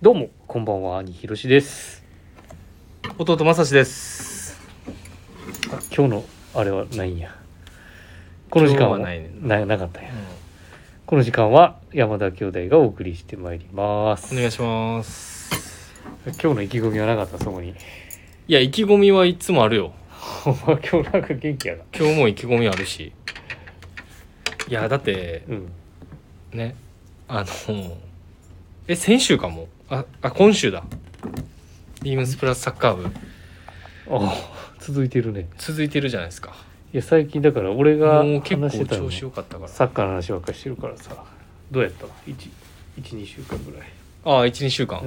どうもこんばんは、兄ひろしです。 弟正志です。 今日のあれはないんや。この時間は今日はないねなかったんや、この時間は山田兄弟がお送りしてまいります。 お願いします。 今日の意気込みはなかった？そこに。 いや、意気込みはいつもあるよ。 お前今日なんか元気やな。 今日も意気込みあるし。いやだってね、先週かも。今週だ。ビームスプラスサッカー部続いてるね。 続いてるじゃないですか。 いや最近だから俺がもう結構話してたの調子良かったから。 サッカーの話ばっかりしてるからさ。どうやった？ 1,2 週間ぐらい。 1、2週間。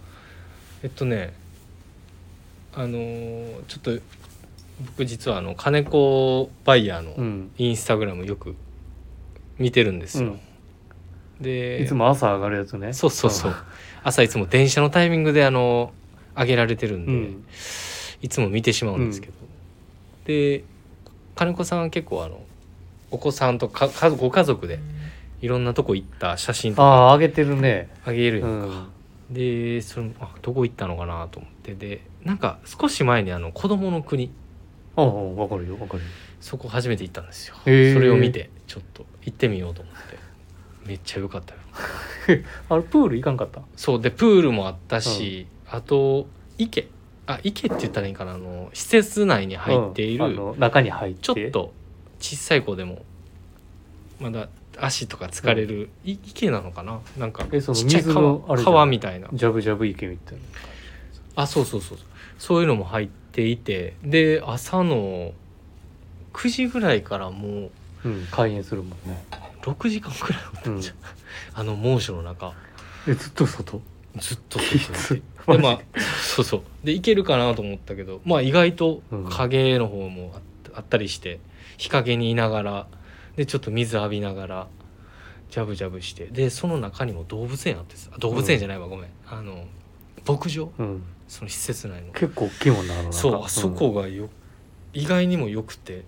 ちょっと僕実は金子バイヤーのインスタグラムよく見てるんですよ。でいつも朝上がるやつね。 そう、朝いつも電車のタイミングで上げられてるんで、いつも見てしまうんですけど、で金子さんは結構お子さんとご家族でいろんなとこ行った写真とか上げてるね。 上げるやんか、でどこ行ったのかなと思って、でなんか少し前に子供の国、 わかるよ。 そこ初めて行ったんですよ。それを見てちょっと行ってみようと思って、めっちゃ良かったよ。 プール行かんかった？ そうで、プールもあったし、あと池って言ったらいいかな、施設内に入っている、 中に入ってちょっと小さい子でもまだ足とか疲れる、池なのかな、なんかちっちゃい川みたいな、 ジャブジャブ池みたいな。 そういうのも入っていて、で朝の9時ぐらいからもう、 開園するもんね。 6時間くらいおったんじゃん、猛暑の中ずっと外でで行けるかなと思ったけど、意外と影の方もあったりして、日陰にいながらでちょっと水浴びながらジャブジャブして、でその中にも動物園あってさ、動物園じゃないわ、ごめん、牧場、その施設内の結構大きいもんな。 そこが意外にも良くて、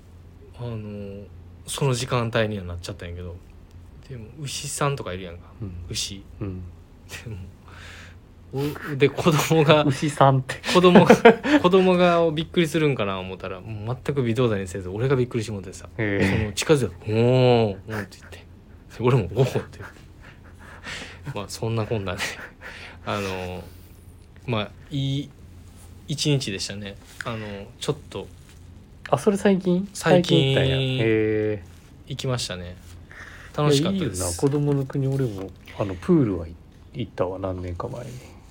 その時間帯にはなっちゃったんやけど、でも牛さんとかいるやんか、牛、で子供が牛さんって子供がびっくりするんかな思ったら、もう全く微動だにせず俺がびっくりしてもってさ、その近づいて「おー」って言って、俺も「おー」って言って、そんなこんなでいい一日でしたね。ちょっとそれ最近行ったんや。 行きましたね。楽しかったです。 いいよな、子供の国。俺もプールは行ったわ、何年か前に。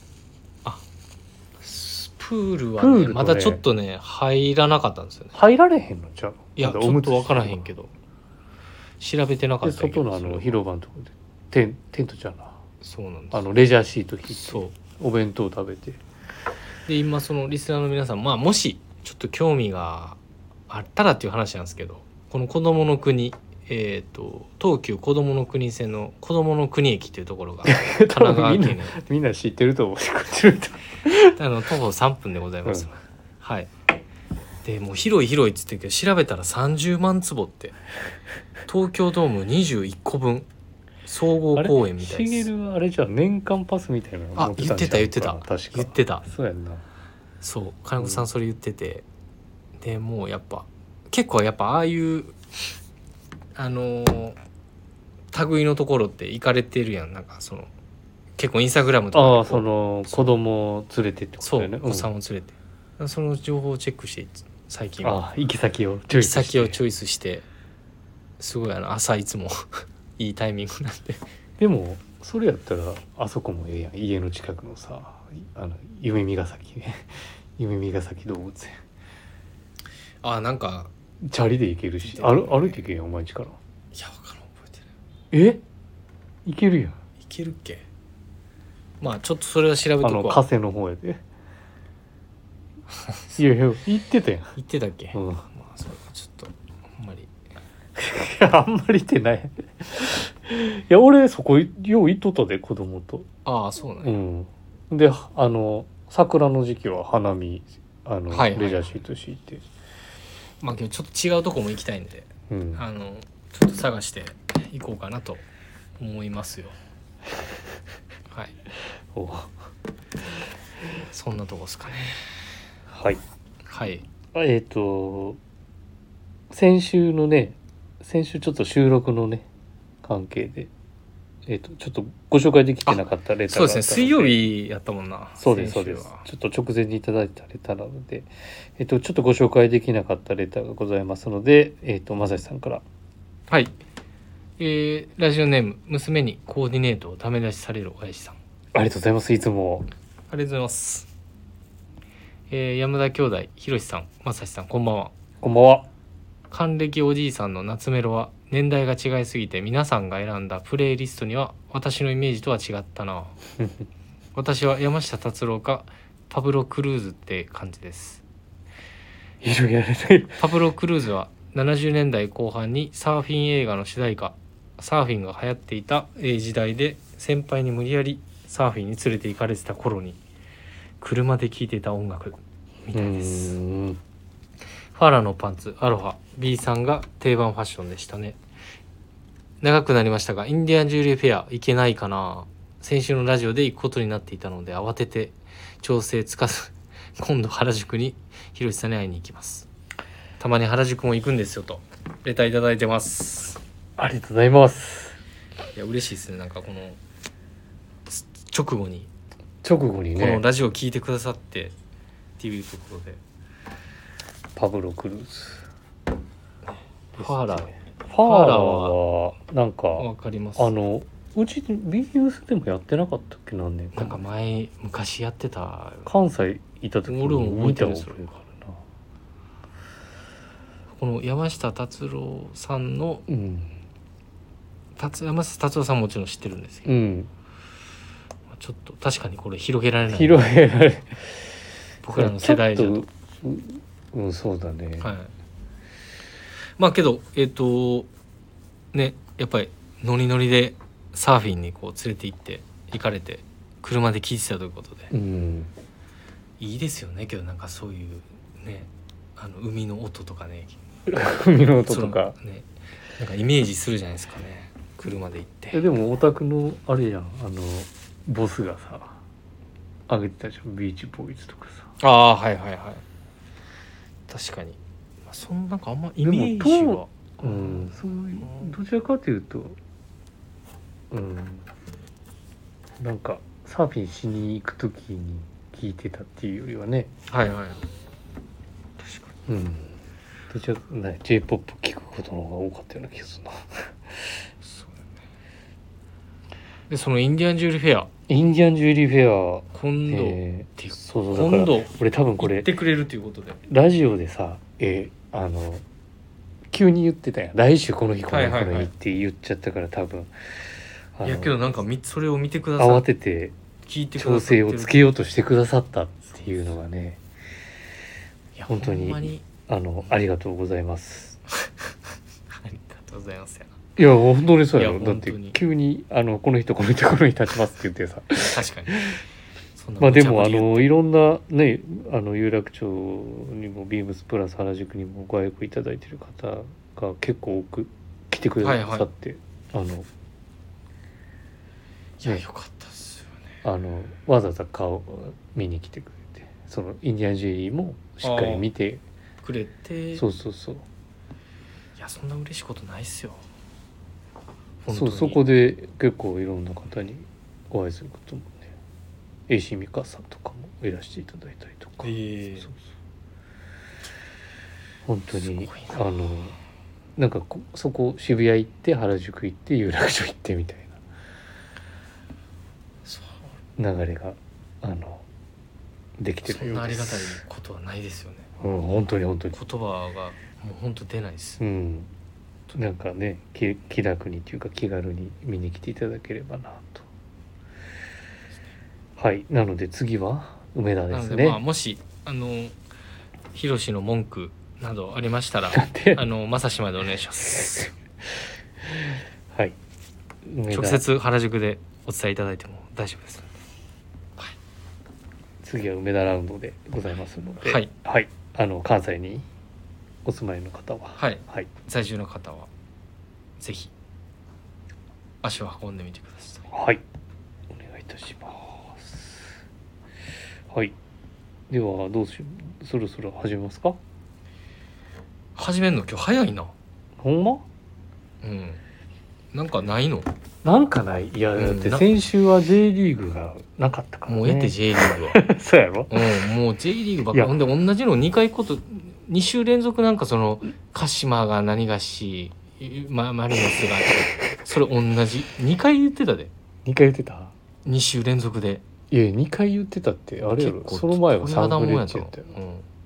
プールはね、まだちょっとね入らなかったんですよね。 入られへんのちゃう？ いや、ちょっと分からへんけど調べてなかったけど、 外の広場のところでテントじゃな、 そうなんです。 レジャーシート引いて、 そう、 お弁当食べて、 で今そのリスナーの皆さん、もしちょっと興味があったらっていう話なんですけど、この子どもの国、東急子どもの国線の子どもの国駅っていうところが神奈川県にみんな知ってると思う。徒歩3分でございます、はい。でもう広いっつってるけど、調べたら30万坪って、東京ドーム21個分総合公園みたいです。 しげるはあれじゃ年間パスみたいなの持ってたんちゃうかな。 言ってた確か言ってた。 そうやんな。 そう、金子さんそれ言ってて、でもうやっぱ結構ああいう類のところって行かれてるやん。なんかその結構インスタグラムとかその子供を連れてってことだよね。 そう、お子さんを連れて、その情報をチェックして最近は行き先をチョイスして、 すごい朝いつもいいタイミングなんで。 でもそれやったらあそこもええやん、家の近くのさ、夢見ヶ崎ね夢見ヶ崎動物園。 なんかチャリで行けるし、歩いて行けんやん、お前んちから。 いや、分からん、覚えてない。 行けるやん。 行けるっけ。ちょっとそれは調べとくわ。 加瀬の方やでいや行ってたやん。 行ってたっけ。 それはちょっとあんまりいや、あんまりってないいや、俺そこよう行っとったで、子供と。 そうなんや。 で桜の時期は花見レジャーシート敷いて、 今日ちょっと違うとこも行きたいんで、ちょっと探して行こうかなと思いますよはい。 おそんなとこですかね。 はいはい。 先週ちょっと収録のね関係でちょっとご紹介できてなかったレターそうですね。 があったので、 水曜日やったもんな。 そうですそうです。ちょっと直前にいただいたレターなので、ちょっとご紹介できなかったレターがございますので、まさしさんから。 はい。ラジオネーム娘にコーディネートをダメ出しされる親父さん。 ありがとうございます。いつも。 ありがとうございます。山田兄弟ひろしさん、まさしさん、こんばんは。 こんばんは。 還暦おじいさんの夏メロは年代が違いすぎて皆さんが選んだプレイリストには私のイメージとは違ったな。私は山下達郎かパブロ・クルーズって感じです。 いろいろやれてる。 パブロ・クルーズは70年代後半にサーフィン映画の主題歌サーフィンが流行っていた時代で、先輩に無理やりサーフィンに連れて行かれてた頃に車で聴いていた音楽みたいです。ファラのパンツアロハ B さんが定番ファッションでしたね。長くなりましたがインディアンジュエリーフェア行けないかな。先週のラジオで行くことになっていたので慌てて調整つかず今度原宿にひろしさんに会いに行きます。たまに原宿も行くんですよとレターいただいてます。 ありがとうございます。 いや嬉しいですね。なんかこの直後にねこのラジオを聞いてくださってっていうところでパブロ・クルーズ、 ファーラーはなんかわかります。 うち B ニュースでもやってなかったっけ。何年かなんか昔やってた。 関西いた時に俺も覚えてる見た覚えがあるな。 この山下達郎さんの、 うん山下達郎さんもちろん知ってるんですけど、 うん、 ちょっと確かにこれ広げられない。僕らの世代じゃと。 そうだね。 はい。まあけどね、やっぱりノリノリでサーフィンにこう連れて行かれて車で聴いてたということで、いいですよね。けどなんかそういうね、海の音とかね、 海の音とかね、なんかイメージするじゃないですかね。車で行って。 でもオタクのあれやん、ボスがさ上げてたじゃん、ビーチボーイズとかさ。 ああはいはいはい。確かに。まあ、そんなんかあんまイメージは、 そういうどちらかというと、なんかサーフィンしに行くときに聞いてたっていうよりはね。 はいはい。確かに。 どちらかね J-POP 聞くことの方が多かったような気がするな。 そうだね。でそのインディアンジュエリーフェア今度、 そうだから俺多分これ言ってくれるということでラジオでさ急に言ってたやん、来週この日この日って言っちゃったから、多分いやけどなんかそれを見てくださ慌てて調整をつけようとしてくださったっていうのがね、本当にありがとうございます。 ありがとうございますや。 いや本当にそうやろ。だってに急にこの人立ちますって言ってさ確かにまあでもいろんなね有楽町にもビームスプラス原宿にもご予約いただいてる方が結構多く来てくださって、 いやよかったっすよね。 わざわざ顔見に来てくれて、そのインディアンジュエリーもしっかり見てくれて、 そういやそんな嬉しいことないっすよ。 そこで結構いろんな方にお会いすることもね、AC 美香さんとかもいらしていただいたりとか、本当になんかそこ渋谷行って原宿行って有楽町行ってみたいな流れができてるようです。 そんなありがたいことはないですよね。 本当に言葉がもう本当出ないです。 なんかね気楽にというか気軽に見に来ていただければなと。はいなので次は梅田ですね。 まあもしひろしの文句などありましたらまさしまでお願いします。 はい直接原宿でお伝えいただいても大丈夫です、 はい、次は梅田ラウンドでございますので、 はい、 関西にお住まいの方は、 在住の方はぜひ足を運んでみてください。 はいお願いいたします。 はい。ではどうしよう。そろそろ始めますか。 始めんの今日早いな。 ほんま？ うんなんかないの？ なんかない。いやだって先週は J リーグがなかったからね。 もうええって J リーグはそうやろ。 もう J リーグばっいやかほんで同じの2回2週連続なんかその鹿島が何がし、マリノスがそれ同じ2回言ってたで。 2回言ってた。 2週連続で。 いや2回言ってたってあれやろ。 結構その前はサンフレッチェやったよ。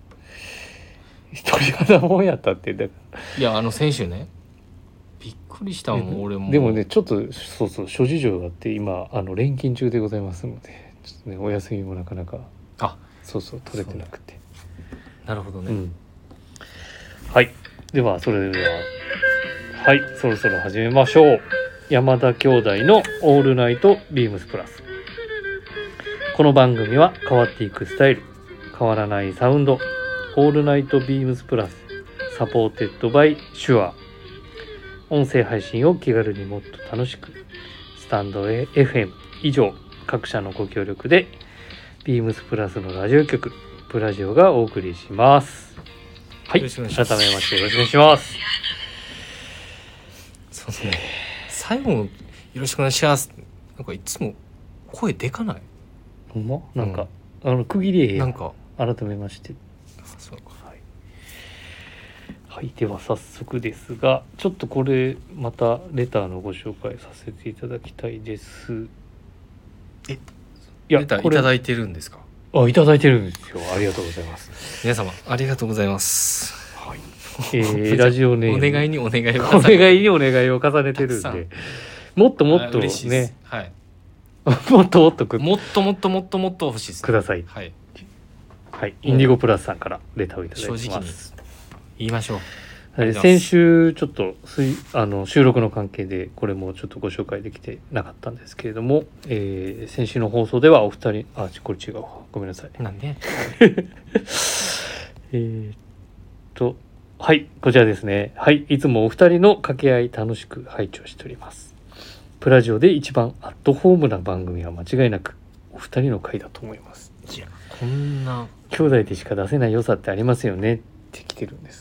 鳥肌もんやったってだかいや先週ねびっくりしたもん俺も。 でもねちょっとそう諸事情があって今連勤中でございますのでちょっとねお休みもなかなかそう取れてなくて。 なるほどね、 はいではそれでははいそろそろ始めましょう。山田兄弟のオールナイトビームスプラス。この番組は変わっていくスタイル変わらないサウンドオールナイトビームスプラスサポーテッドバイシュア。音声配信を気軽にもっと楽しくスタンド FM 以上各社のご協力でビームスプラスのラジオ局プラジオがお送りします。はい、改めましてよろしくお願いします。 そうですね。最後のよろしくお願いします。なんかいつも声でかない？ ほんま？なんか、区切りなんか改めまして。 そうか。 はい、では早速ですがちょっとこれまたレターのご紹介させていただきたいです。 いやレターいただいてるんですか？ いただいてるんですよ。ありがとうございます。 皆様ありがとうございます。 はい、ラジオネームお願いにお願いを重ねてるんでもっともっとね、 はい、 もっともっと欲しいです、ね、 ください。 はい、 はい、インディゴプラスさんからレターをいただいてます。 正直に言いましょう。 先週ちょっと収録の関係でこれもちょっとご紹介できてなかったんですけれども、先週の放送ではお二人これ違うわごめんなさい。 なんではいこちらですね。はいいつもお二人の掛け合い楽しく拝聴しております。プラジオで一番アットホームな番組は間違いなくお二人の回だと思います。 いやこんな兄弟でしか出せない良さってありますよねって来てるんです。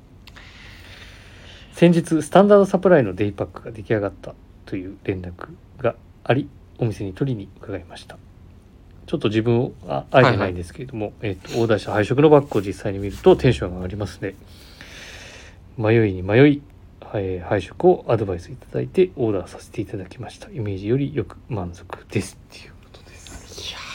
先日スタンダードサプライのデイパックが出来上がったという連絡がありお店に取りに伺いました。ちょっと自分をあえてないんですけれども、オーダーした配色のバッグを実際に見るとテンションが上がりますね。迷いに迷い、配色をアドバイスいただいてオーダーさせていただきました。イメージよりよく満足ですっていうことです。いや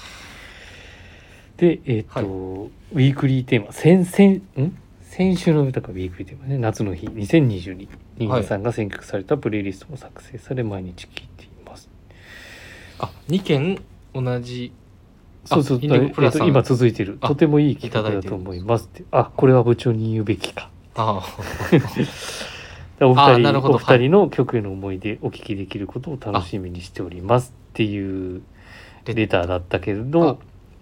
でウィークリーテーマ先週の歌かウィークリーテーマね、夏の日2022新潟さんが選曲されたプレイリストも作成され毎日聴いています。 2件同じそう今続いているとてもいい企画だと思いますってこれは部長に言うべきかお二人の曲への思い出お聞きできることを楽しみにしておりますっていうレターだったけれど、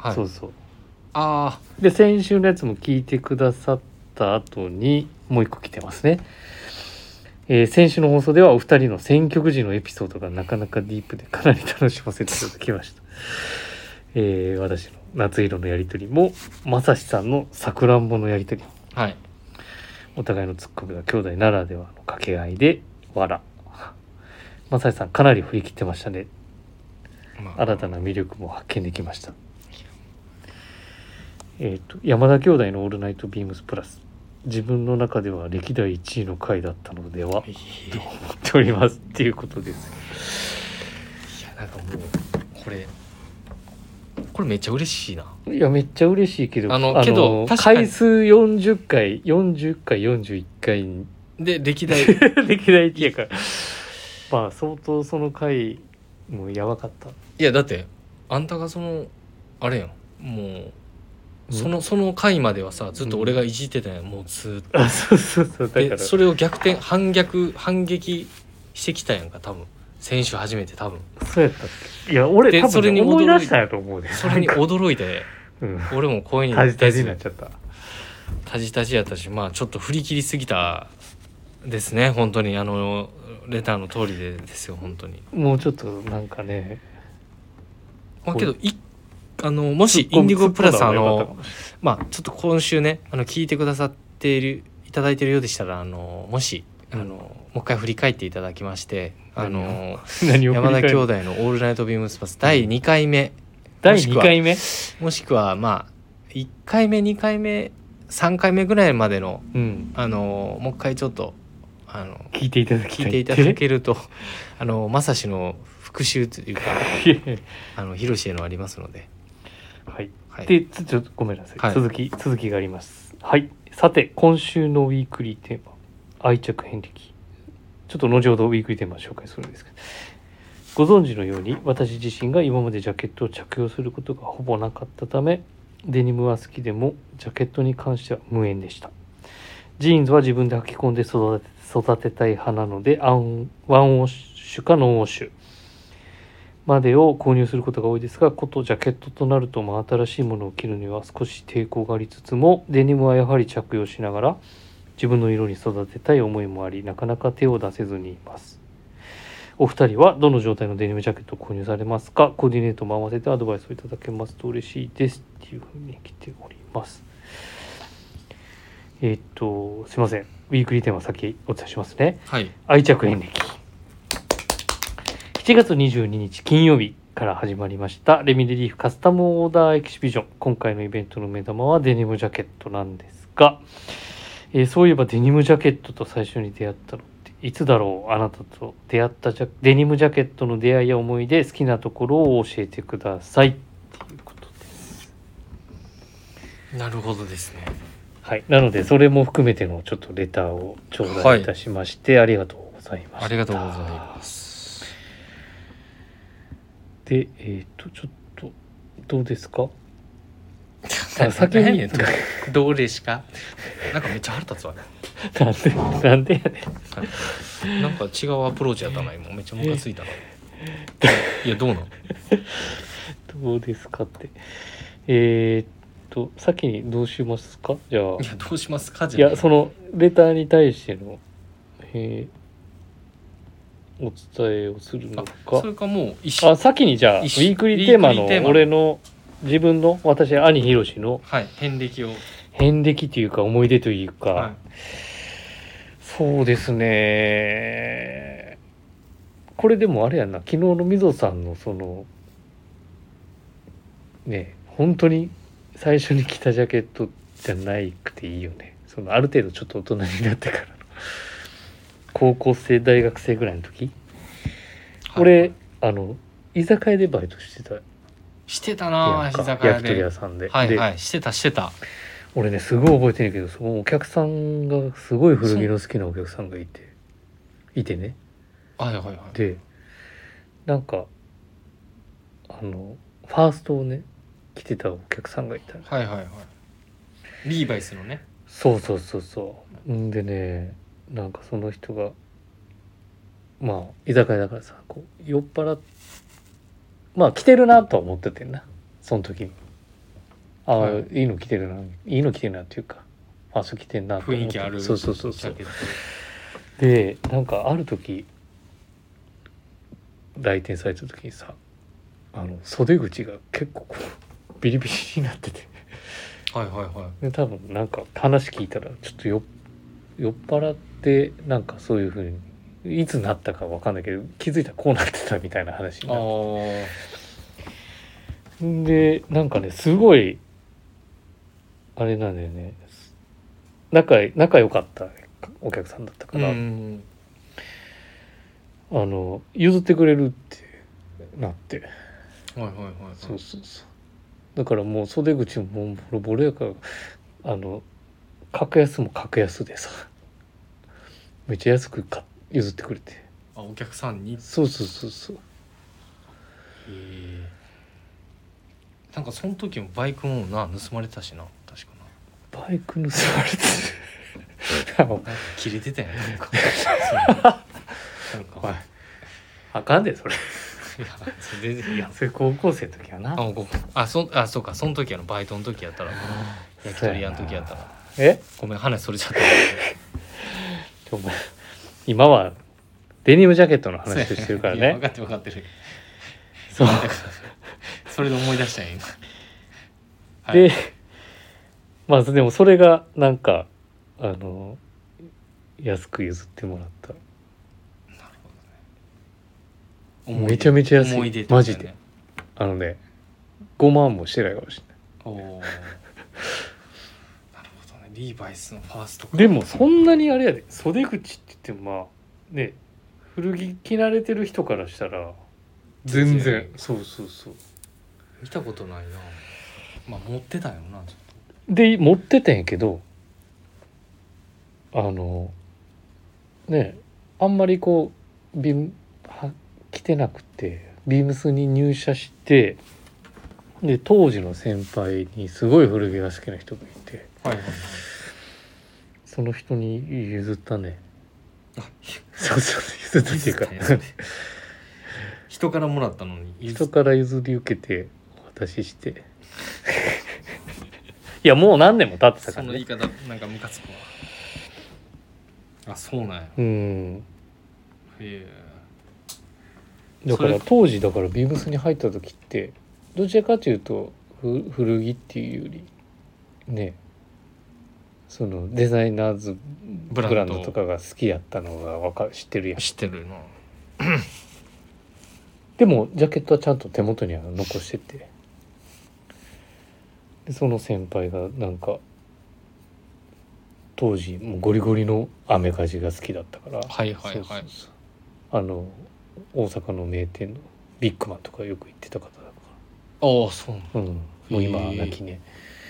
で先週のやつも聞いてくださった後にもう一個来てますね。先週の放送ではお二人の選曲時のエピソードがなかなかディープでかなり楽しませていただきました。私の夏色のやりとりもまさしさんのさくらんぼのやりとり、お互いのツッコミが兄弟ならではの掛け合いで笑。まさしさんかなり振り切ってましたね。新たな魅力も発見できました。山田兄弟のオールナイトビームスプラス自分の中では歴代1位の回だったのではと思っておりますっていうことです。 いやなんかもうこれめっちゃ嬉しいな。 いやめっちゃ嬉しいけどけど回数40回41回で歴代 1位やからまあ相当その回もうやばかった。 いやだってあんたがあれやんもうその回まではさずっと俺がいじってたやん、もうずっとそうだからそれを反撃してきたやんか多分先週初めて多分そうやったっけ。いや俺多分それに思い出したんやと思うね。 それに驚いて、俺も声にタジタジになっちゃった。 タジタジやったしちょっと振り切りすぎたですね本当にレターの通りですよ本当に。 もうちょっとなんかねけどもしインディゴプラス突っ込んだ方がよかったかもしまあちょっと今週ね聞いてくださっていただいているようでしたらもしもう一回振り返っていただきまして何を山田兄弟弟の「オールナイトビームスパス」第2回目第2回目もしくはまあ1回目2回目3回目ぐらいまでのうんもう一回ちょっと聞いていただきたい聞いていただけるとまさしの復習というかひろしへのありますので、 はい、 はい、 でちょっとごめんなさい、 はい続きがあります。はい、さて今週のウィークリーテーマ愛着遍歴、ちょっと後ほどウィークリーテーマを紹介するんですけど、ご存知のように私自身が今までジャケットを着用することがほぼなかったため、デニムは好きでもジャケットに関しては無縁でした。ジーンズは自分で履き込んで育てたい派なのでワンウォッシュかノンウォッシュまでを購入することが多いですが、ことジャケットとなると真新しいものを着るには少し抵抗がありつつも、デニムはやはり着用しながら自分の色に育てたい思いもあり、なかなか手を出せずにいます。お二人はどの状態のデニムジャケットを購入されますか？コーディネートも合わせてアドバイスをいただけますと嬉しいですっていうふうに来ております。すいません、ウィークリーテーマ先お伝えしますね。 はい、 愛着遍歴、7月22日金曜日から始まりましたレミレリーフカスタムオーダーエキシビジョン。今回のイベントの目玉はデニムジャケットなんですが、そういえばデニムジャケットと最初に出会ったのっていつだろう。あなたと出会ったデニムジャケットの出会いや思い出、好きなところを教えてくださいということです。 なるほどですね。 はい、なのでそれも含めてのちょっとレターを頂戴いたしまして、ありがとうございました。 ありがとうございます。 でちょっとどうですか？先にどうですか？なんかめっちゃ腹立つわね。 なんでやねん。なんか違うアプローチやったな今。めっちゃムカついたな。いやどうなん？ どうですかって。先にどうしますか？じゃあ。 いやどうしますか？じゃあ。 いやそのレターに対しての、お伝えをするのか。 それかもう先にじゃあウィークリーテーマの俺の自分の私兄ひろしの遍歴というか思い出というか、はい、そうですね。これでもあれやな、昨日のみぞさんのそのね、本当に最初に着たジャケットじゃないくていいよね。そのある程度ちょっと大人になってからの高校生大学生ぐらいの時、はい、俺居酒屋でバイトしてたな。居酒屋で焼き鳥屋さんで、 はいはい、してた。 俺ねすごい覚えてるけど、そのお客さんがすごい古着の好きなお客さんがいてね。 はいはいはい。 でなんかファーストをね着てたお客さんがいた。 はいはいはい。リーバイスのね。 そう。んでね、なんかその人がまあ居酒屋だからさ、こう酔っ払っ着てるなとは思っててんな、その時に。はい、いいの着てるなっていうか、ファースト着てんなと思って。 雰囲気ある。 そうでなんかある時来店された時にさ、袖口が結構こうビリビリになっててはいはいはい。 で多分なんか話聞いたらちょっと酔っ払ってなんかそういう風にいつなったか分かんないけど気づいたらこうなってたみたいな話になって、でなんかねすごいあれなんだよね、仲良かったお客さんだったから譲ってくれるってなって、 はいはいはい、はい、 そうだからもう袖口もボロボロやから格安も格安でさめっちゃ安く譲ってくれて、 お客さんに。 そうなんかその時もバイクも盗まれてたしな、確かな。バイク盗まれて切れてたよねなんかあかんでそれ全然いやそれ高校生の時やな。 そうか、その時バイトの時やったら焼き鳥屋の時やったらごめん話それちゃった今はデニムジャケットの話してるからね。 分かってるそうそれで思い出したんや今でまあでもそれがなんか安く譲ってもらっためちゃめちゃ安い思い出マジで5万もしてないかもしれないおおなるほどね。リーバイスのファーストか。 でもそんなにあれやで袖口って言ってもまあね古着着慣れてる人からしたら全然そう見たことないな。まあ持ってたよなちょっで持ってたんやけどねあんまりこう着てなくてビームスに入社してで当時の先輩にすごい古着が好きな人がいてと。はいはいはい。 その人に譲ったねあそう譲ったっていうか人からもらったのに人から譲り受けてお渡ししていやもう何年も経ってたからねその言い方なんかムカつくわ。あそうなんや。 うんへだから当時だからビームスに入った時ってどちらかというと古着っていうよりねそのデザイナーズブランドとかが好きやったのが知ってるやん。 知ってるな。 でもジャケットはちゃんと手元には残しててでその先輩がなんか当時もうゴリゴリのアメカジが好きだったからはいはいはい。 そう大阪の名店のビッグマンとかよく行ってた方だかああそうなんら、もう今は亡きね。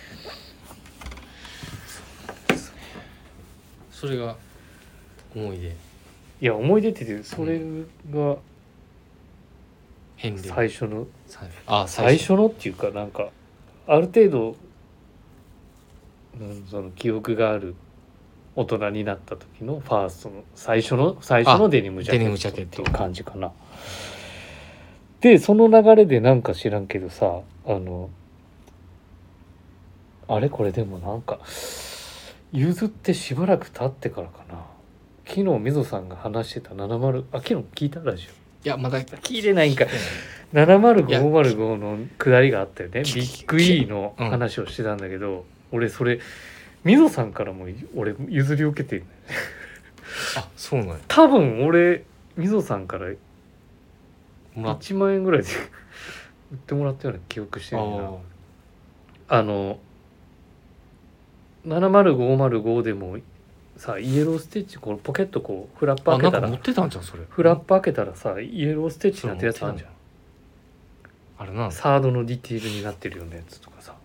それが思い出いや思い出って言ってそれが変で最初の最最初のっていうかなんかある程度その記憶がある大人になった時のファーストの最初のデニムジャケットっていう感じかな。でその流れでなんか知らんけどさあれこれでもなんか譲ってしばらく経ってからかな昨日みぞさんが話してた70昨日聞いたラジオいやまだ聞いてないんか70505の下りがあったよねビッグ E の話をしてたんだけど、俺それみぞさんからも俺譲り受けてるあそうなんや。 多分俺みぞさんからもらっ 1万円ぐらいで売ってもらったような記憶してるな。70505でもさイエローステッチこうポケットこうフラップ開けたら持ってたんじゃんそれ。 フラップ開けたらさイエローステッチになってるやつあるじゃん。 あれなんサードのディティールになってるようなやつとかさ。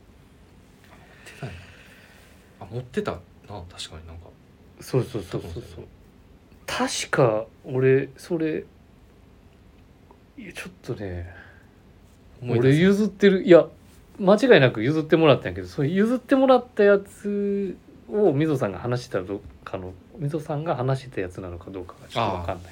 持ってたな確かになんか。 そう確か俺それいやちょっとね俺譲ってるいや間違いなく譲ってもらったんやけどそれ譲ってもらったやつをみぞさんが話してたどかのみぞさんが話してたやつなのかどうかがちょっと分かんない。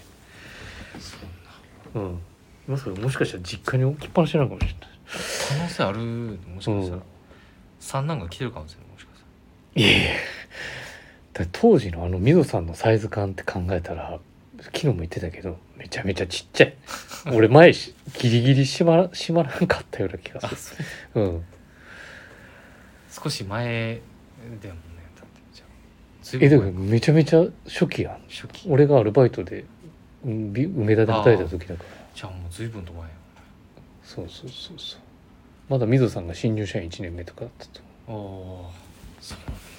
今それもしかしたら実家に置きっぱなしなのかもしれない可能性ある。もしかしたら三男が来てるかもしれない。もしかしたらいやいやだ当時のみぞさんのサイズ感って考えたら昨日も言ってたけどめちゃめちゃちっちゃい俺前ギリギリ閉まらんかったような気がする。 少し前だよね。だってだからめちゃめちゃ初期やん。 初期俺がアルバイトで梅田で働いた時だから。 じゃあもう随分と前や。 そうまだみぞさんが新入社員1年目とかだったと思う。そう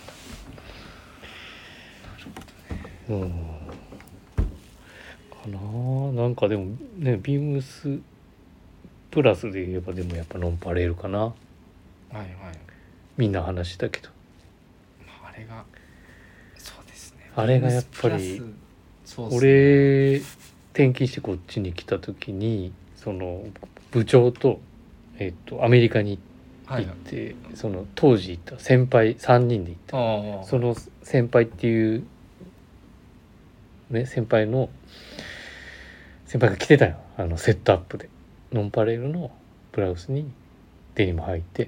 かな。なんかでもねビームスプラスで言えばでもやっぱノンパレールかな。 はいはい。 みんな話したけど、 あれがそうですね。 あれがやっぱり、 そうですね、 俺転勤してこっちに来た時にその部長とアメリカに行って、その当時行った先輩3人で行った。その先輩っていうね先輩が着てたよセットアップでノンパレルのブラウスにデニム履いて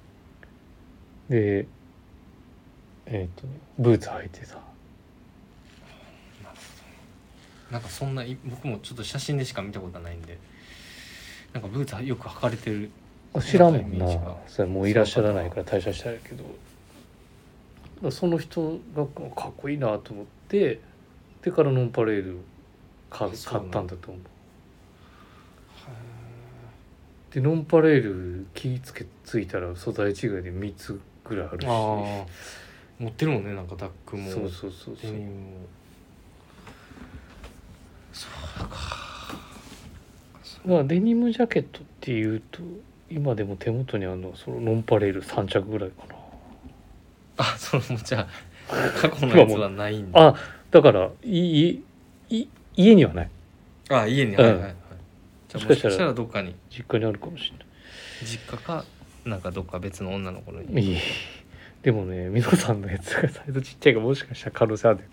でブーツ履いてさ。 なんかそんな僕もちょっと写真でしか見たことないんでなんかブーツよく履かれてる知らんもんなイメージが。 それもういらっしゃらないから退社したんやけど、その人がかっこいいなと思って、でからノンパレール買ったんだと思う。でノンパレール気ついたら素材違いで3つぐらいあるし、 ああ持ってるもんね、なんかダックもそうそうそうそう。 デニムも。そうか。 まあデニムジャケットっていうと今でも手元にあるのはそのノンパレール3着ぐらいかな。 あ、そのじゃあ過去のやつはないんだ。 あ、だから家にはない。 あ、家に、 うんはいはいはい。じゃあもしかしたらどっかに実家にあるかもしれない。 実家かなんかどっか別の女の子の家。 いい。でもね、みのさんのやつがサイズちっちゃいからもしかしたら可能性ある。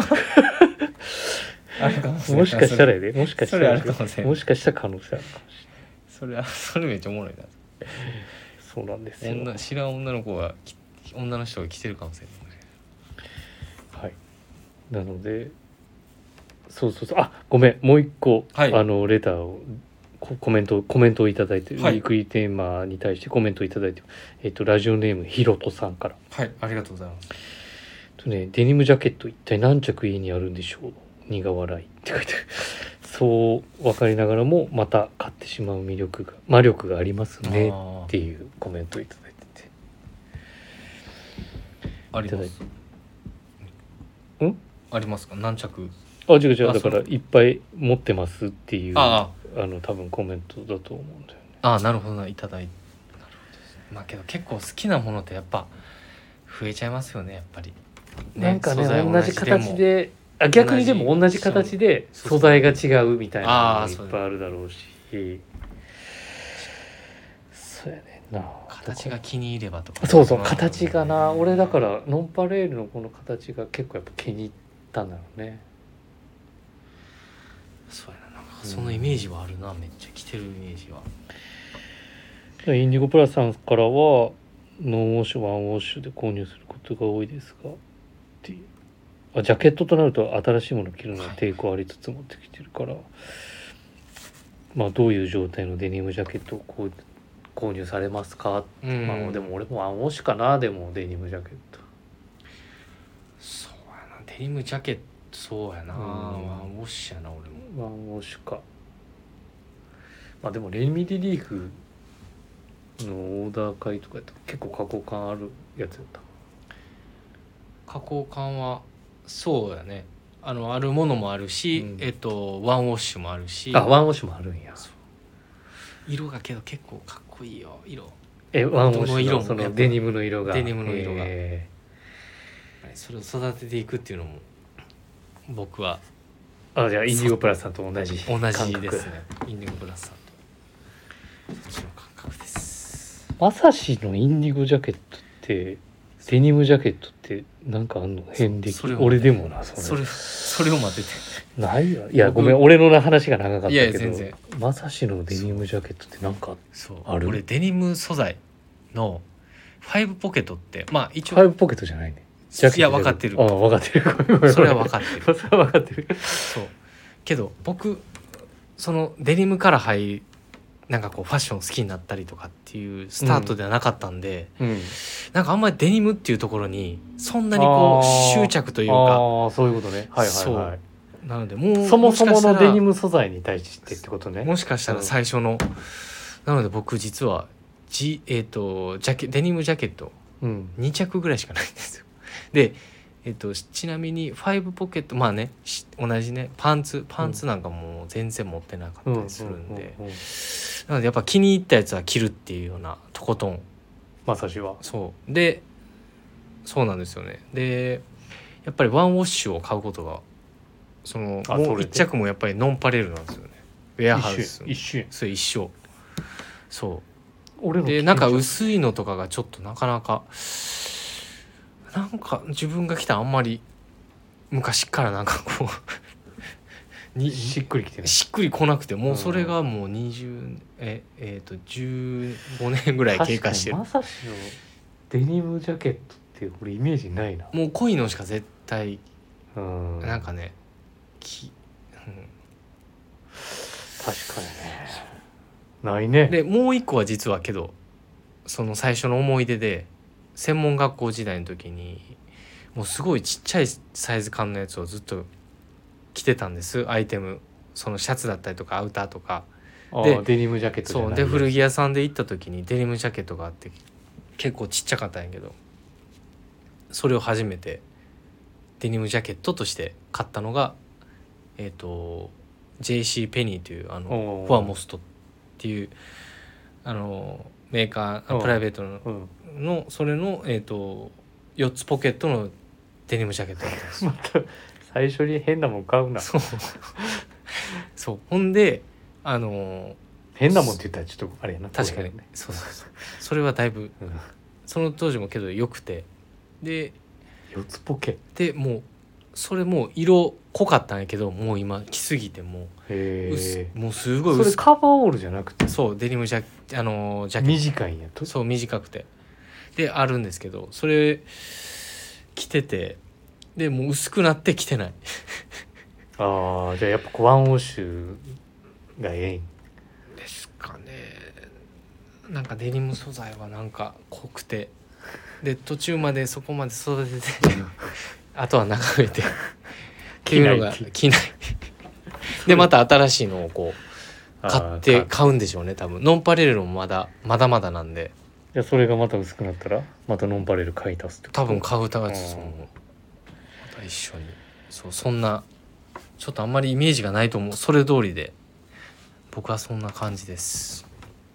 あるかもしれない。 もしかしたらやで、もしかしたらそれあるかもしれない。 もしかしたら可能性あるかもしそれめっちゃおもろいな。 れない。そうなんですよ。 知らん女の子が女の人が着てるかもしれない。 はい。なので、そうそうそう。あ、ごめん、もう一個、 はいレターをコメントをいただいて、 はいウィークリーテーマに対してコメントをいただいて、ラジオネームひろとさんから。 はい、ありがとうございます。 デニムジャケット一体何着家にあるんでしょう、苦笑いって書いてある。そう分かりながらもまた買ってしまう魔力がありますねっていうコメントをいただいてて、 あります。 んありますか？何着？ 違うだからそういっぱい持ってますっていうあ多分コメントだと思うんだよね。 なるほどな、いただいて。なるほどです。まあけど結構好きなものってやっぱ増えちゃいますよね、やっぱり。 なんかね、 素材同じ形で逆にでも同じ形で素材が違うみたいなのもいっぱいあるだろうし、そうやねんな。 形が気に入ればとか。 そうそう、形がな。俺だからノンパレールのこの形が結構やっぱ気に入ったんだろうね。 そうやな、なんかそのイメージはあるな、めっちゃ着てるイメージは。 インディゴプラスさんからはノンウォッシュワンウォッシュで購入することが多いですがっていう。ジャケットとなると新しいものを着るのは抵抗ありつつ持ってきてるから、まあどういう状態のデニムジャケットを購入されますか。まあでも俺もワンウォッシュかな。でもデニムジャケット、 そうやな、デニムジャケット、そうやな、ワンウォッシュやな俺も。 ワンウォッシュか。まあでもレミディリーフのオーダー会とかやったら結構加工感あるやつやった。 加工感はそうやね、あるものもあるし、ワンウォッシュもあるし。 ワンウォッシュもあるんや。 色がけど結構かっこいいよ、色。 ワンウォッシュの色もそのデニムの色が。 デニムの色が、それを育てていくっていうのも僕はじゃあインディゴプラスさんと同じ同感覚じですね。インディゴプラスさんとそっちの感覚です。 まさしのインディゴジャケットってデニムジャケットってなんかあんの遍歴。俺でもなそれを待っててないわ。いやごめん、俺の話が長かったけど、 全然まさしのデニムジャケットってなんかある。 俺デニム素材の5ポケットって、まあ一応 5ポケットじゃないね。 いや分かってる、 分かってる。 それは分かってるそれは分かってる。 そうけど僕そのデニムからなんかこうファッション好きになったりとかっていうスタートではなかったんで、なんかあんまりデニムっていうところにそんなにこう執着というか。 そういうことね。はいはいはい。 なのでもうそもそものデニム素材に対してってことね。 もしかしたら最初の、なので僕実はデニムジャケット2着ぐらいしかないんですよ。でちなみに5ポケット、まあね同じねパンツなんかも全然持ってなかったりするんで、なのでやっぱ気に入ったやつは着るっていうようなとことん。 まさしはそうで、そうなんですよね。でやっぱりワンウォッシュを買うことがもう1着もやっぱりノンパレルなんですよね。ウェアハウスそれ一緒。そうでなんか薄いのとかがちょっとなかなかなんか自分が着たあんまり昔からなんかこうしっくりきてない、 しっくりこなくて、もうそれがもう15年ぐらい経過してる。 まさしのデニムジャケットって俺イメージないな。 もう濃いのしか絶対なんかね確かにね。 ないね。 でもう一個は実はけどその最初の思い出で専門学校時代の時にもうすごいちっちゃいサイズ感のやつをずっと着てたんです。アイテムそのシャツだったりとかアウターとかでデニムジャケットじゃないそうで古着屋さんで行った時にデニムジャケットがあって結構ちっちゃかったんやけどそれを初めてデニムジャケットとして買ったのがJC ペニーというフォアモストっていうメーカープライベートのそれの4つポケットのデニムジャケットだったんですよ。 また最初に変なもん買うな。 そうほんで変なもんって言ったらちょっとあれやな。 確かにそうそれはだいぶその当時もけど良くてで 4つポケでもうそれもう色濃かったんやけどもう今着すぎてもうもうすごい薄くそれカバーオールじゃなくてそうデニムジャケット短いんやとそう短くてであるんですけどそれ着ててでもう薄くなって着てないああじゃあやっぱワンウォッシュがええんですかね。なんかデニム素材はなんか濃くてで途中までそこまで育ててあとは眺めてっていうのが着ないでまた新しいのをこう買うんでしょうね多分。ノンパレルもまだまだなんでいやそれがまた薄くなったらまたノンパレル買い足すってこと多分買うやつまた一緒にそんなちょっとあんまりイメージがないと思う。それ通りで僕はそんな感じです。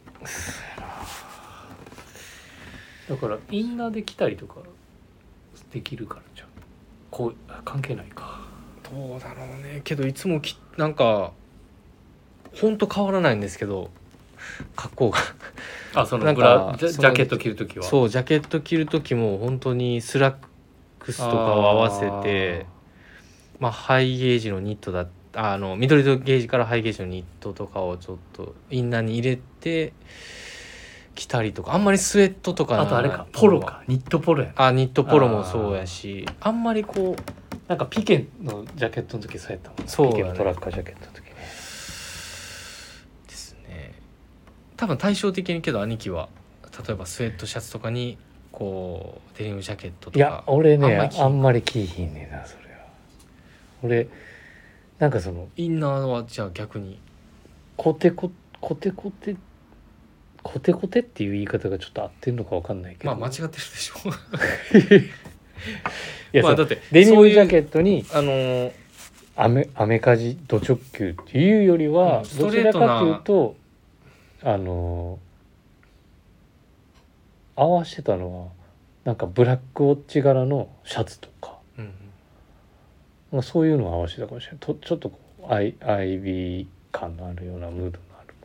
だからインナーで着たりとかできるからじゃんこう関係ないか。 どうだろうねけどいつもなんかほんと変わらないんですけど格好がそのなんかジャケット着るときはそうジャケット着る時も本当にスラックスとかを合わせてハイゲージのニット緑とゲージからハイゲージのニットとかをちょっとインナーに入れて着たりとかあんまりスウェットとかあとあれかポロかニットポロやニットポロもそうやしあんまりこうなんかピケのジャケットの時そうやったもんそう、 ピケのトラッカージャケットの時ねですね。多分対照的にけど兄貴は例えばスウェットシャツとかにこうデニムジャケットとかいや俺ねあんまり着いひんねんなそれは。俺なんかそのインナーはじゃあ逆にコテコテっていう言い方がちょっと合ってんのか分かんないけど間違ってるでしょいや、 だってデニムジャケットにアメカジド直球っていうよりは、どちらかというと合わせてたのはなんかブラックウォッチ柄のシャツとか、そういうのを合わせてたかもしれない。ちょっとこうアイビー感のあるようなムードのあるも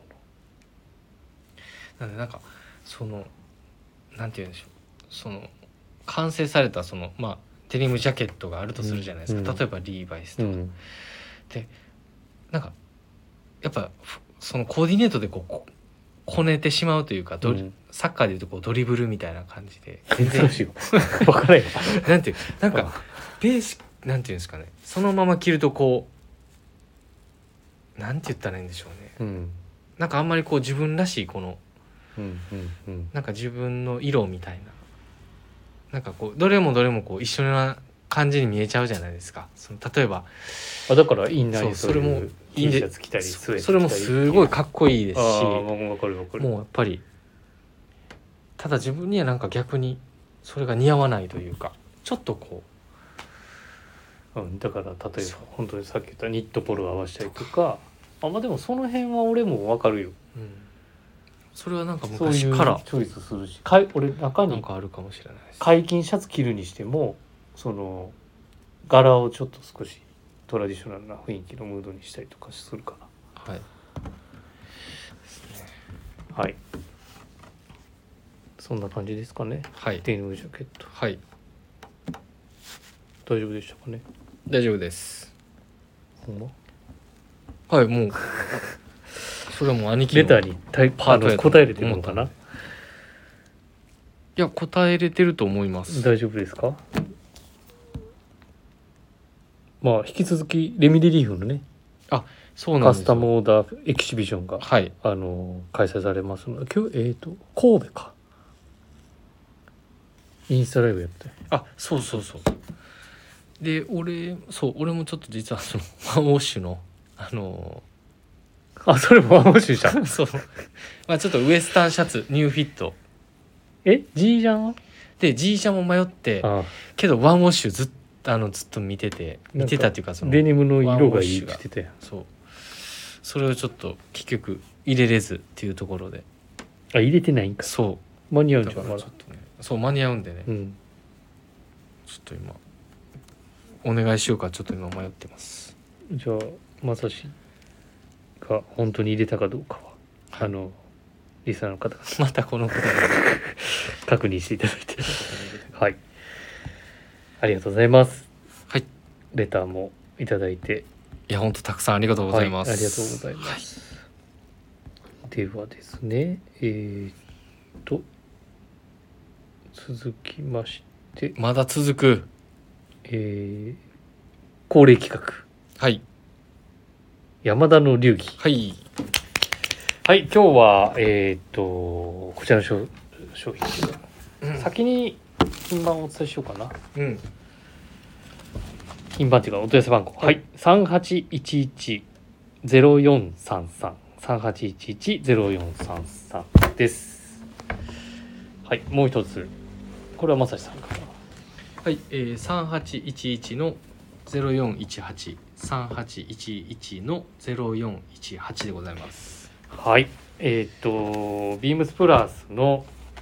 のなんでなんかなんて言うんでしょう完成されたデニムジャケットがあるとするじゃないですか、例えばリーバイスとか、でなんかやっぱそのコーディネートでこねてしまうというかサッカーでいうとこうドリブルみたいな感じで全然分からへんなんかベーシックなんていうんですかねそのまま着るとこうなんて言ったらいいんでしょうね、なんかあんまりこう自分らしいこのなんか自分の色みたいななんかこうどれもこう一緒な感じに見えちゃうじゃないですか。例えばだからインナーにそれも T シャツ着たりスウェット着たりそれもすごいかっこいいですし分かるもうやっぱりただ自分にはなんか逆にそれが似合わないというかちょっとこう、だから例えば本当にさっき言ったニットポロを合わせたりとかでもその辺は俺も分かるよ、 それはなんか昔からそういうチョイスするし俺中になんかあるかもしれないです。 解禁シャツ着るにしてもその柄をちょっと少しトラディショナルな雰囲気のムードにしたりとかするかな。 はいはいそんな感じですかね。 はいデニムジャケットはい大丈夫でしたかね。 大丈夫です。 ほんまはいもうそれはもう兄貴のレターに答えれてるのかな。 いや答えれてると思います。 大丈夫ですか。引き続きレミリリーフのねカそうなんですよスタムオーダーエキシビジョンが、 はい開催されますので、今日神戸かインスタライブやってあそうそうそうで俺もちょっと実はそのワンウォッシュのそれもワンウォッシュしたそうまあちょっとウエスタンシャツニューフィットジージャンはで G シャも迷ってあけどワンウォッシュずっと見てたっていうかそのデニムの色がいいって言ってたやん。 そうそれをちょっと結局入れれずっていうところで入れてないんか。 そう間に合うんだじゃんまだからちょっとねそう間に合うんでね、 うんちょっと今お願いしようかちょっと今迷ってますじゃあまさしが本当に入れたかどうかは、 はいリスナーの方がまたこのこと確認していただいてはいありがとうございます。 はいレターもいただいていや本当たくさんありがとうございます、 はい、ありがとうございます、ではですね続きましてまだ続く恒例企画はい山田の流儀はいはい今日はこちらの商品です、先に品番をお伝えしようかな。 うん品番というかお問い合わせ番号はい、3811-0433 3811-0433ですはいもう一つこれはまさしさんかな。 はい、3811の0418 3811の0418でございます。 はいビームスプラスの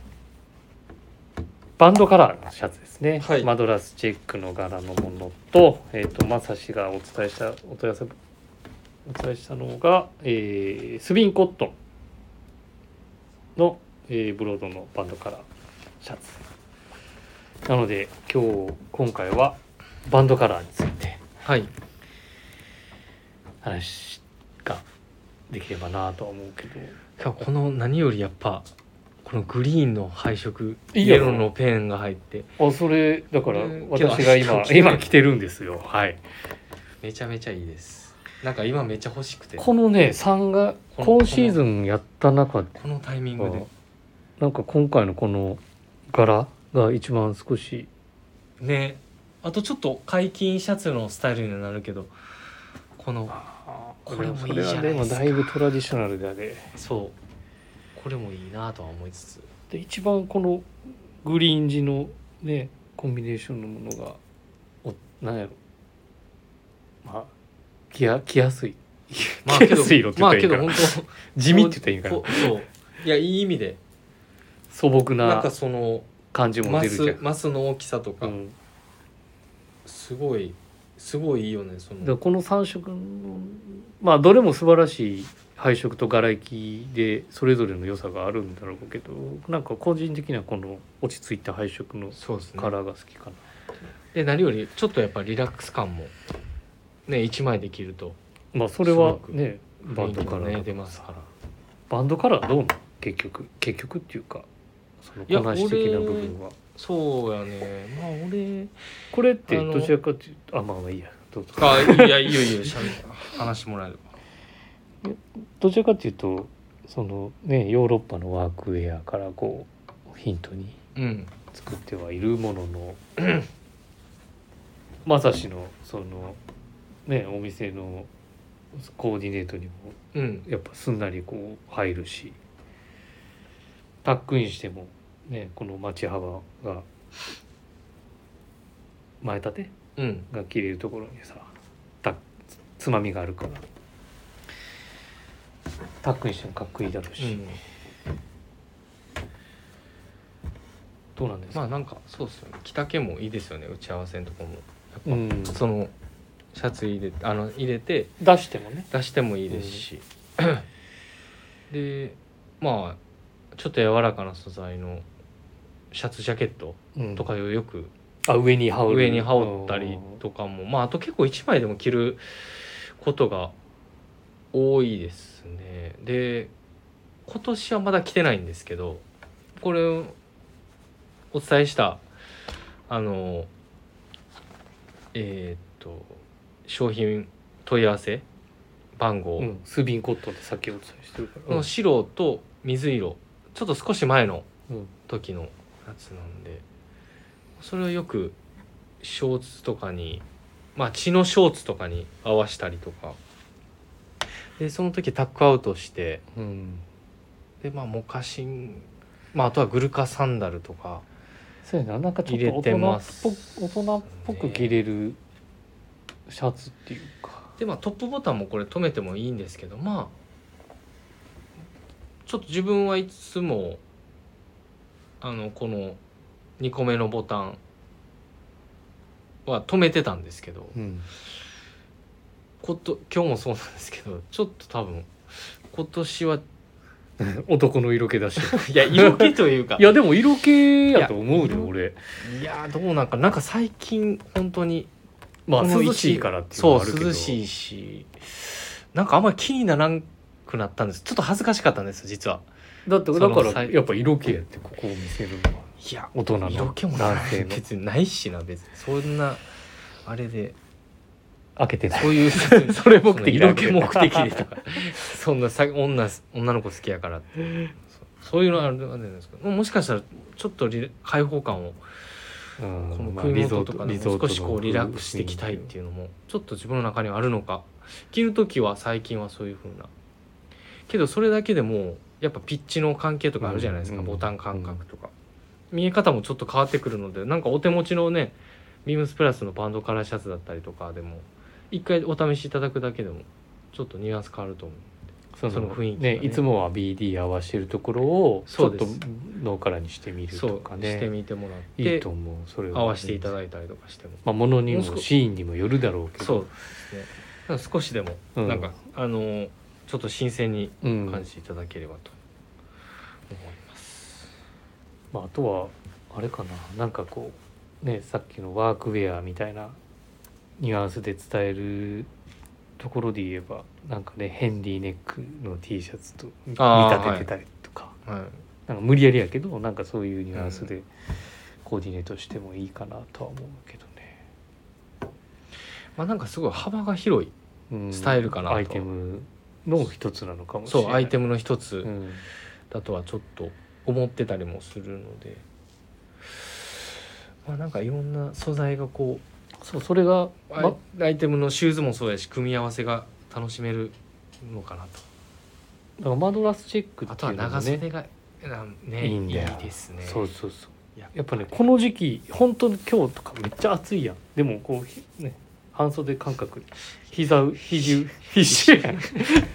バンドカラーのシャツですね、 はいマドラスチェックの柄のものと、まさしがお伝えしたお問い合わせお伝えしたのが、スビンコットンの、ブロードのバンドカラーシャツなので今回はバンドカラーについてはい話ができればなとは思うけど、 この何よりやっぱこのグリーンの配色いいやろイエローのペンが入ってそれだから今私が日今着てるんですよ。はいめちゃめちゃいいです。なんか今めっちゃ欲しくてこのね3が今シーズンやった中でこのタイミングでなんか今回のこの柄が一番少しねあとちょっと解禁シャツのスタイルにはなるけどこのこれもいいじゃないですか。 それはでもだいぶトラディショナルであれそうこれもいいなとは思いつつで一番このグリーン地のねコンビネーションのものがなんやろ着やすいまあ着やすい色って言ったらいいかな、 けど本当地味って言ったらいいかなそういやいい意味で素朴ななんかその感じも出るじゃん。 マスの大きさとか、すごいいいよねそのこの3色のどれも素晴らしい配色と柄行きでそれぞれの良さがあるんだろうけどなんか個人的にはこの落ち着いた配色のカラーが好きかな。 で何よりちょっとやっぱリラックス感もね1枚で着るとそれはねバンドカラー出ますから。 バンドカラーどうなの結局っていうかそのこなし的な部分は。 そうやね俺これってどちらかというとまあいいやどうぞ。 いやいいよ話してもらえれば。 どちらかというとそのねヨーロッパのワークウェアからこうヒントに作ってはいるものの、まさしのそのねお店のコーディネートにもやっぱすんなりこう入るし、タックインしてもねこの待ち幅が前立てが切れるところにさつまみがあるからタックインしてもかっこいいだろうし、どうなんですか。 なんかそうですよね着丈もいいですよね打ち合わせのとこもやっぱ、そのシャツ入れて出してもいいですし、でちょっと柔らかな素材のシャツジャケットとかをよく、 上に羽織ったりとかもあと結構1枚でも着ることが多いですね。で今年はまだ着てないんですけどこれお伝えした商品問い合わせ番号、 スビンコットンってさっきお伝えしてるかこら、 の白と水色ちょっと少し前のうん時のやつなんで、それをよくショーツとかに血のショーツとかに合わしたりとかで、その時タックアウトしてでモカシン、あとはグルカサンダルとかそうやな、なんかちょっ入れてとます大人っぽく着れるシャツっていうか、 でトップボタンもこれ止めてもいいんですけど、ちょっと自分はいつもこの2個目のボタンは止めてたんですけど、今日もそうなんですけど、ちょっと多分今年は男の色気だしいや色気というかいやでも色気やと思うで俺。 いやどうなんか最近本当にまあこの涼しいからっていうのもあるけど、 そう涼しいし、なんかあんまり気にならんくなったんです。ちょっと恥ずかしかったんです実は。 だからやっぱ色気やって、ここを見せるのは。 いや大人の色気も男性の別にないしな、別にそんなあれで開けてない、 そういうそれ目的で色気目的でとかそんな女の子好きやからってそういうのあるんですけど、もしかしたらちょっと開放感をこの首元とかでも少しこうリラックスしていきたいっていうのもちょっと自分の中にはあるのか。着る時は最近はそういう風なけど、それだけでもやっぱピッチの関係とかあるじゃないですか、ボタン感覚とか見え方もちょっと変わってくるので、なんかお手持ちのねビームスプラスのバンドカラーシャツだったりとかでも一回お試しいただくだけでもちょっとニュアンス変わると思う。その雰囲気がね、 いつもは BD 合わせてるところをちょっとノーカラーにしてみるとかね、 してみてもらっていいと思う。それは合わせていただいたりとかしても、 ものにもシーンにもよるだろうけど、 そうですね、だから少しでもなんか、ちょっと新鮮に感じていただければと思います。 あとはあれかな、なんかこうね、さっきのワークウェアみたいなニュアンスで伝えるところで言えば、なんかねヘンディネックの T シャツと見立ててたりとか、なんか無理やりやけどなんかそういうニュアンスでコーディネートしてもいいかなとは思うけどね。 なんかすごい幅が広いスタイルかなと、 アイテムの一つなのかもしれない。 そうアイテムの一つだとはちょっと思ってたりもするので、なんかいろんな素材がこうそれが、 アイテムのシューズもそうやし組み合わせが楽しめるのかなと。 だからマドラスチェックっていうのもね、 あとは長袖がね、 いいんだよ。 いいですね。 そうやっぱねこの時期本当に今日とかめっちゃ暑いやん。でもこうね半袖感覚、肘必死やん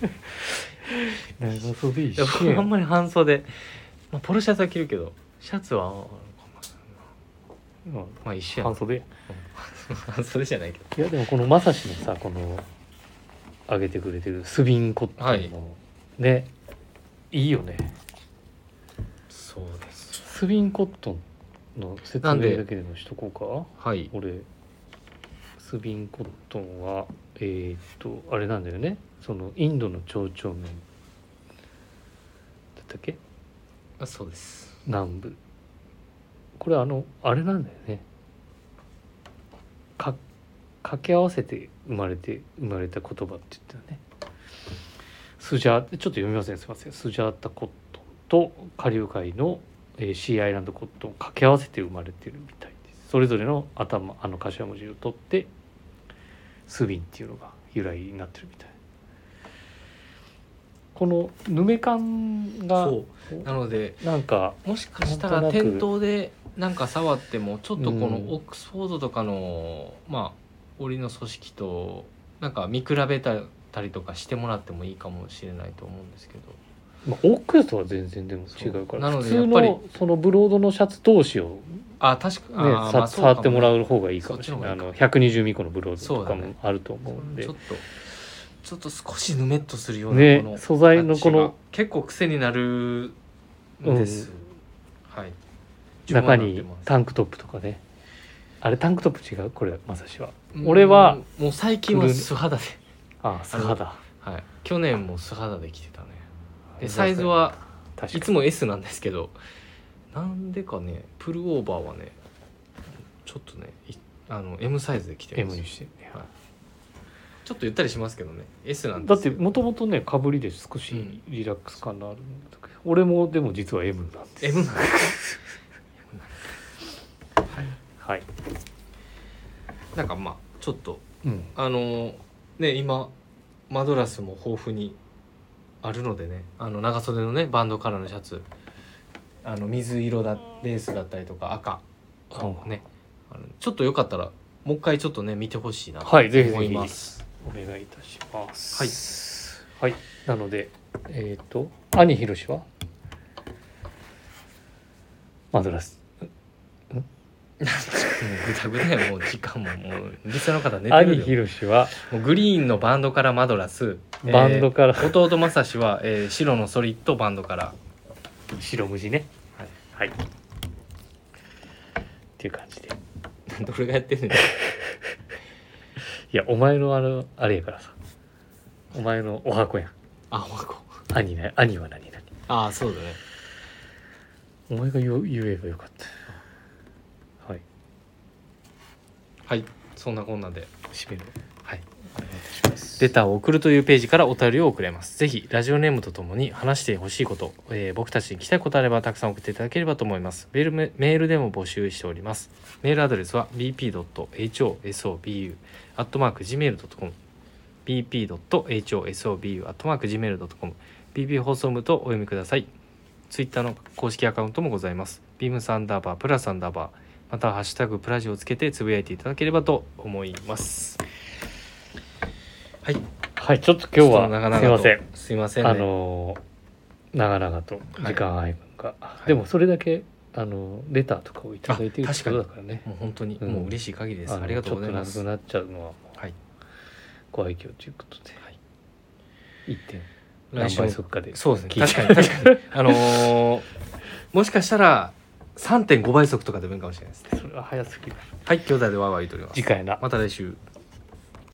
長袖一緒やん。 あんまり半袖、ポロシャツは着るけどシャツは一緒やん。 半袖やん。 半袖じゃないけど、 いやでもこのまさしのさ、この上げてくれてるスビンコットンの、ねいいよね。 そうです。 スビンコットンの説明だけでもしとこうか。俺スビンコットンはあれなんだよね、そのインドの蝶々麺だったっけ。 そうです。 南部、これあれなんだよね、掛け合わせて生まれた言葉って言ったよね。ちょっと読みません、すいません。スジャータコットンと下流海のシーアイランドコットンを掛け合わせて生まれてるみたいです。それぞれの頭頭文字を取ってスビンっていうのが由来になってるみたい。このヌメ感がなのでなんかもしかしたら店頭でなんか触ってもちょっとこのオックスフォードとかの織の組織となんか見比べたりとかしてもらってもいいかもしれないと思うんですけど、 オックスとは全然でも違うから、 なので普通のそのブロードのシャツ同士を確かね触ってもらう方がいいかもしれない。120ミコのブロードとかもあると思うんで、 ちょっと少しぬめっとするようなね、素材のこの結構癖になるんです、 中にタンクトップとかね。あれタンクトップ違う、これまさしは。俺はもう最近は素肌で素肌、 去年も素肌で着てたね。でサイズはいつも S なんですけど、なんでかねプルオーバーはねちょっとねM サイズで着てるんですよ。 M にしてるね。 ちょっとゆったりしますけどね S なんだってですよ。 もともとねかぶりで少しリラックス感のあるんだけど、俺もでも実は M なんです。 M なんはい、 なんかまあちょっとうん、 ね今マドラスも豊富にあるのでね、長袖のねバンドカラーのシャツ、水色だレースだったりとか赤とかね、ちょっとよかったらもう一回ちょっとね見てほしいなとはい、ぜひぜ思いひます。 お願いいたします。はい、なので兄ひろしはマドラス。 もうぐだぐだやもう時間ももうリスナーの方寝て兄ひるよ。 ろしはもうグリーンのバンドからマドラス、 バンドから弟正志は、白のソリッドバンドから白無地ね。 はいはい。っていう感じで。 どれがやってんねん。 いやお前のあれやからさ。お前のお箱やん。 あおまこ兄ね、兄は何々。 ああそうだね。 お前が言えばよかった。はい。 はいそんなこんなで締める。 はいお願いいたします。 レターを送るというページからお便りを送れます。ぜひラジオネームとともに話してほしいこと、僕たちに聞きたいことあればたくさん送っていただければと思います。メールでも募集しております。メールアドレスは bp.hosobu@gmail.com bp.hosobu@gmail.com bp 放送部とお読みください。ツイッターの公式アカウントもございます。ビームスアンダーバープラスアンダーバーまたはハッシュタグプラジをつけてつぶやいていただければと思います。はいはい、ちょっと今日は長々とすいません。 すいませんね。 長々と時間配分が、 いでもそれだけレターとかをいただいているあってことだからね。 もう本当に、 うんもう嬉しい限りです。ありがとうございます。 ちょっとなくなっちゃうのはもうはい。 ご愛嬌ということで、 はい 1点来週何倍速かでそうですね。 聞いて確かに確かに。もしかしたら 3.5 倍速とかでもいいかもしれないですね。 それは早すぎる。 はい、兄弟でワーワー言うとります。 次回な。 また来週。